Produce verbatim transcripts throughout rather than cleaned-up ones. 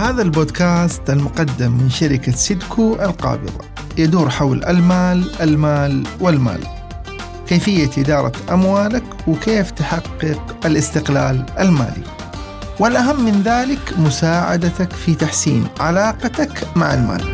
هذا البودكاست المقدم من شركة سيدكو القابضة يدور حول المال المال والمال، كيفية إدارة أموالك وكيف تحقق الاستقلال المالي، والأهم من ذلك مساعدتك في تحسين علاقتك مع المال.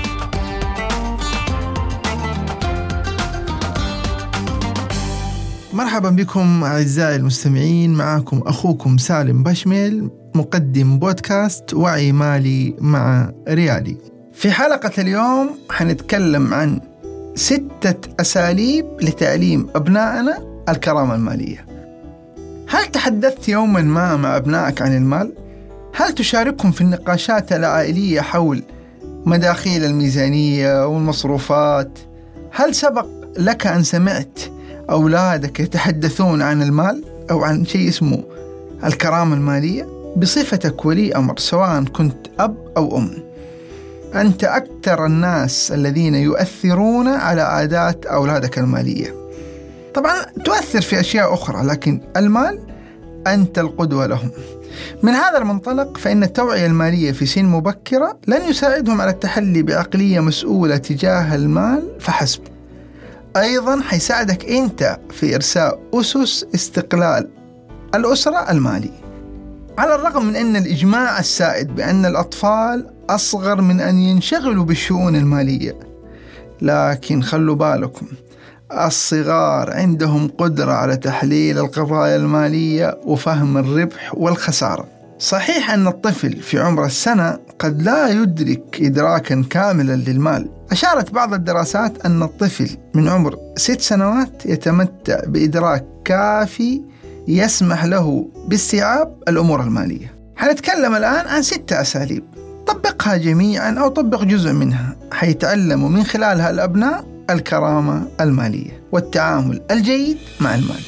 مرحبا بكم أعزائي المستمعين، معكم أخوكم سالم بشميل مقدم بودكاست وعي مالي مع ريالي. في حلقة اليوم حنتكلم عن ستة أساليب لتعليم أبنائنا الكرامة المالية. هل تحدثت يوما ما مع أبنائك عن المال؟ هل تشاركهم في النقاشات العائلية حول مداخيل الميزانية والمصروفات؟ هل سبق لك أن سمعت أولادك يتحدثون عن المال أو عن شيء اسمه الكرامة المالية؟ بصفتك ولي أمر، سواء كنت أب أو أم، أنت أكثر الناس الذين يؤثرون على عادات أولادك المالية. طبعا تؤثر في أشياء أخرى، لكن المال أنت القدوة لهم. من هذا المنطلق فإن التوعية المالية في سن مبكرة لن يساعدهم على التحلي بعقلية مسؤولة تجاه المال فحسب، أيضا حيساعدك أنت في إرساء أسس استقلال الأسرة المالي. على الرغم من أن الإجماع السائد بأن الأطفال أصغر من أن ينشغلوا بالشؤون المالية، لكن خلوا بالكم، الصغار عندهم قدرة على تحليل القضايا المالية وفهم الربح والخسارة. صحيح أن الطفل في عمر السنة قد لا يدرك إدراكا كاملا للمال. أشارت بعض الدراسات أن الطفل من عمر ست سنوات يتمتع بإدراك كافي يسمح له باستيعاب الأمور المالية. حنتكلم الآن عن ستة أساليب طبقها جميعا أو طبق جزء منها، حيتعلموا من خلالها الأبناء الكرامة المالية والتعامل الجيد مع المال.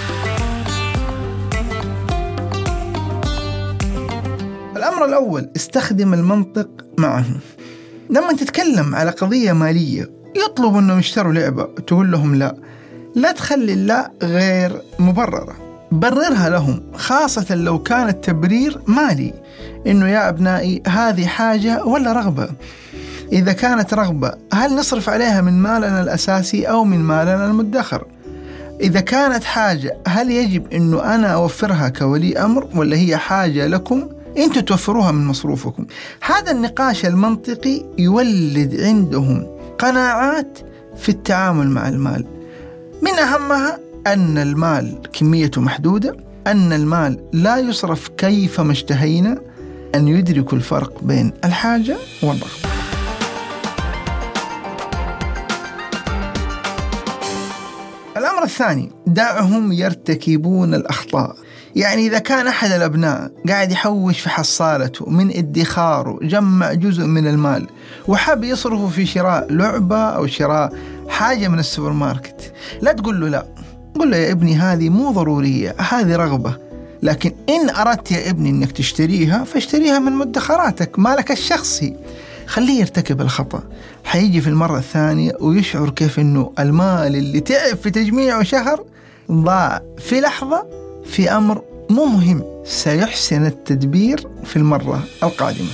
الأمر الأول، استخدم المنطق معهم. لما تتكلم على قضية مالية يطلبوا أنهم يشتروا لعبة، تقول لهم لا، لا تخلي لا غير مبررة، بررها لهم، خاصة لو كان التبرير مالي، إنه يا أبنائي هذه حاجة ولا رغبة؟ إذا كانت رغبة هل نصرف عليها من مالنا الأساسي أو من مالنا المدخر؟ إذا كانت حاجة هل يجب إنه أنا أوفرها كولي أمر، ولا هي حاجة لكم أنتوا توفروها من مصروفكم؟ هذا النقاش المنطقي يولد عندهم قناعات في التعامل مع المال، من أهمها أن المال كميته محدودة، أن المال لا يصرف كيفما اشتهينا، أن يدركوا الفرق بين الحاجة والرغبة. الأمر الثاني، دعهم يرتكبون الأخطاء. يعني إذا كان أحد الأبناء قاعد يحوش في حصالته من ادخاره، جمع جزء من المال وحاب يصرفه في شراء لعبة أو شراء حاجة من السوبر ماركت، لا تقول له لا، قل له يا ابني هذه مو ضرورية، هذه رغبة، لكن إن أردت يا ابني أنك تشتريها فاشتريها من مدخراتك، مالك الشخصي. خليه يرتكب الخطأ، حيجي في المرة الثانية ويشعر كيف أنه المال اللي تعب في تجميعه شهر ضاع في لحظة في أمر مو مهم، سيحسن التدبير في المرة القادمة.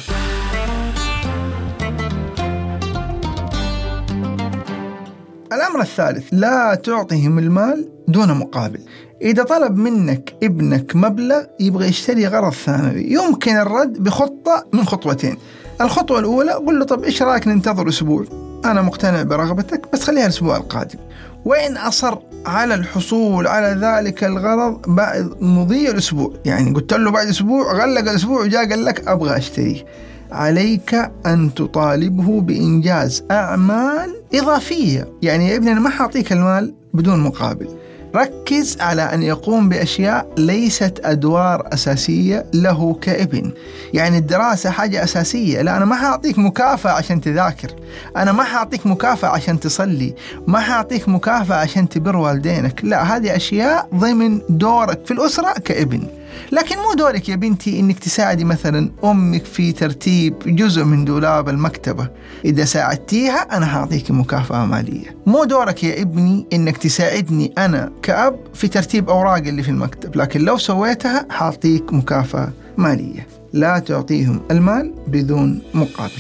الأمر الثالث، لا تعطيهم المال دون مقابل. إذا طلب منك ابنك مبلغ يبغى يشتري غرض ثانوي، يمكن الرد بخطة من خطوتين. الخطوة الأولى، قل له طب إيش رأيك ننتظر أسبوع، أنا مقتنع برغبتك بس خليها الأسبوع القادم. وإن أصر على الحصول على ذلك الغرض بعد مضي الأسبوع، يعني قلت له بعد أسبوع، غلق الأسبوع وجاء قال لك أبغى أشتريه، عليك أن تطالبه بإنجاز أعمال إضافية. يعني يا ابني أنا ما حاعطيك المال بدون مقابل، ركز على أن يقوم بأشياء ليست أدوار أساسية له كابن. يعني الدراسة حاجة أساسية، لا أنا ما حاعطيك مكافأة عشان تذاكر، أنا ما حاعطيك مكافأة عشان تصلي، ما حاعطيك مكافأة عشان تبر والدينك، لا، هذه أشياء ضمن دورك في الأسرة كابن. لكن مو دورك يا بنتي إنك تساعدي مثلا أمك في ترتيب جزء من دولاب المكتبة، إذا ساعدتيها أنا هعطيك مكافأة مالية. مو دورك يا ابني إنك تساعدني أنا كأب في ترتيب أوراق اللي في المكتب، لكن لو سويتها هعطيك مكافأة مالية. لا تعطيهم المال بدون مقابل.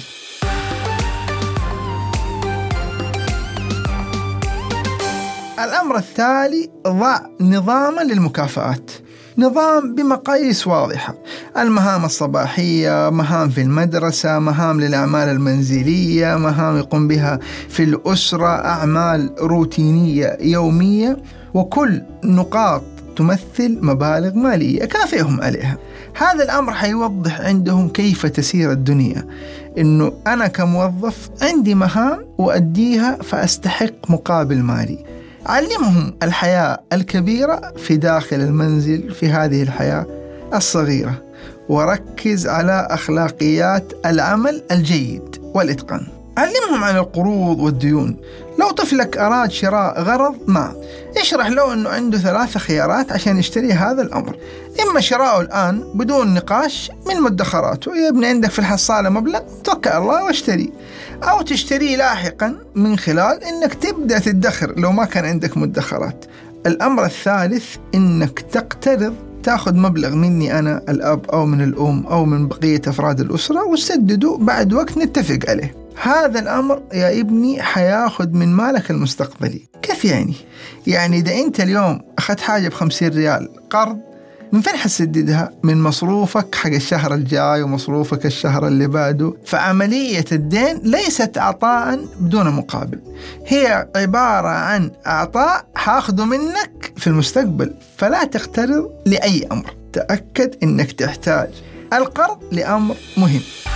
الأمر التالي، ضع نظاما للمكافآت، نظام بمقاييس واضحة. المهام الصباحية، مهام في المدرسة، مهام للأعمال المنزلية، مهام يقوم بها في الأسرة، أعمال روتينية يومية، وكل نقاط تمثل مبالغ مالية كافئهم عليها. هذا الأمر حيوضح عندهم كيف تسير الدنيا، إنه أنا كموظف عندي مهام وأديها فأستحق مقابل مالي. علمهم الحياة الكبيرة في داخل المنزل في هذه الحياة الصغيرة، وركز على أخلاقيات العمل الجيد والإتقان. علمهم عن القروض والديون. لو طفلك أراد شراء غرض ما، اشرح له أنه عنده ثلاثة خيارات عشان يشتري هذا الأمر. إما شراءه الآن بدون نقاش من مدخراته، يا ابني عندك في الحصالة مبلغ، توكل الله واشتري، أو تشتريه لاحقا من خلال أنك تبدأ تدخر لو ما كان عندك مدخرات. الأمر الثالث، أنك تقترض، تأخذ مبلغ مني أنا الأب أو من الأم أو من بقية أفراد الأسرة وسدده بعد وقت نتفق عليه. هذا الأمر يا ابني حياخد من مالك المستقبلي. كيف يعني؟ يعني إذا أنت اليوم أخذت حاجة بخمسين ريال قرض، من فين حتسددها؟ من مصروفك حق الشهر الجاي ومصروفك الشهر اللي بعده. فعملية الدين ليست عطاء بدون مقابل، هي عبارة عن عطاء حاخده منك في المستقبل. فلا تقترض لأي أمر، تأكد أنك تحتاج القرض لأمر مهم.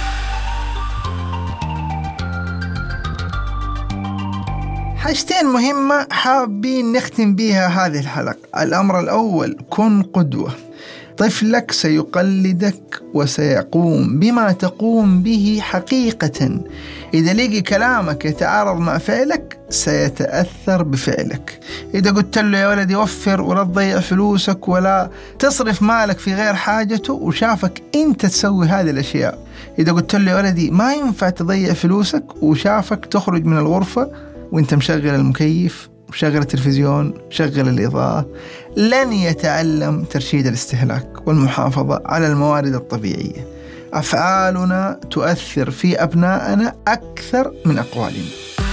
حاجتين مهمة حابين نختم بيها هذه الحلقة. الأمر الأول، كن قدوة. طفلك سيقلدك وسيقوم بما تقوم به حقيقة. إذا لقي كلامك يتعارض مع فعلك سيتأثر بفعلك. إذا قلت له يا ولدي وفر ولا تضيع فلوسك ولا تصرف مالك في غير حاجته، وشافك أنت تسوي هذه الأشياء. إذا قلت له يا ولدي ما ينفع تضيع فلوسك، وشافك تخرج من الغرفة وانت مشغل المكيف، مشغل التلفزيون، مشغل الإضاءة، لن يتعلم ترشيد الاستهلاك والمحافظة على الموارد الطبيعية. أفعالنا تؤثر في أبنائنا أكثر من أقوالنا.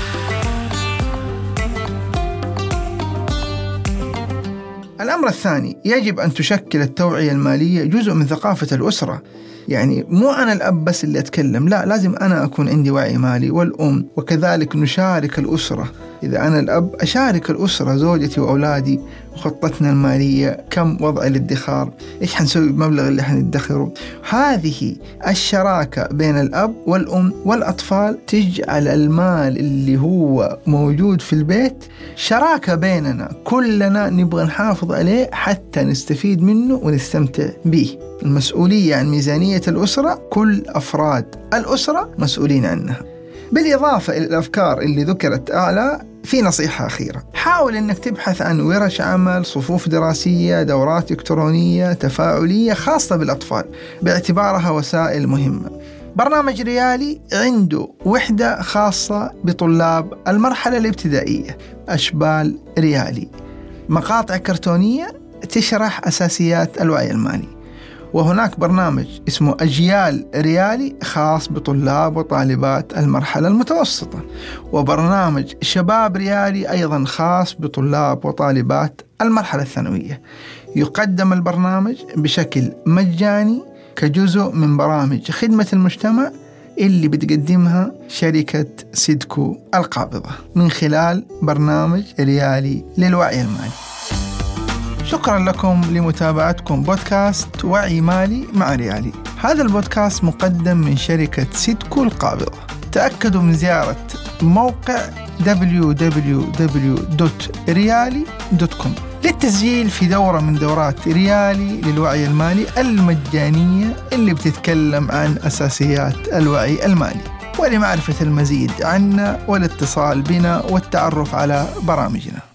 الأمر الثاني، يجب أن تشكل التوعية المالية جزء من ثقافة الأسرة. يعني مو أنا الأب بس اللي أتكلم، لا، لازم أنا أكون عندي وعي مالي، والأم، وكذلك نشارك الأسرة. إذا أنا الأب أشارك الأسرة، زوجتي وأولادي، وخطتنا المالية، كم وضع الادخار، إيش حنسوي بمبلغ اللي حندخره. هذه الشراكة بين الأب والأم والأطفال تجعل المال اللي هو موجود في البيت شراكة بيننا، كلنا نبغى نحافظ عليه حتى نستفيد منه ونستمتع به. المسؤولية عن ميزانية الأسرة كل أفراد الأسرة مسؤولين عنها. بالإضافة إلى الأفكار اللي ذكرت أعلى، في نصيحة أخيرة، حاول أنك تبحث عن ورش عمل، صفوف دراسية، دورات إلكترونية تفاعلية خاصة بالأطفال باعتبارها وسائل مهمة. برنامج ريالي عنده وحدة خاصة بطلاب المرحلة الابتدائية، أشبال ريالي، مقاطع كرتونية تشرح أساسيات الوعي المالي. وهناك برنامج اسمه أجيال ريالي خاص بطلاب وطالبات المرحلة المتوسطة، وبرنامج شباب ريالي أيضا خاص بطلاب وطالبات المرحلة الثانوية. يقدم البرنامج بشكل مجاني كجزء من برامج خدمة المجتمع اللي بتقدمها شركة سيدكو القابضة من خلال برنامج ريالي للوعي المالي. شكرا لكم لمتابعتكم بودكاست وعي مالي مع ريالي. هذا البودكاست مقدم من شركة سيدكو القابضة. تأكدوا من زيارة موقع دبليو دبليو دبليو دوت ريالي دوت كوم للتسجيل في دورة من دورات ريالي للوعي المالي المجانية اللي بتتكلم عن أساسيات الوعي المالي. ولمعرفة المزيد عنا والاتصال بنا والتعرف على برامجنا.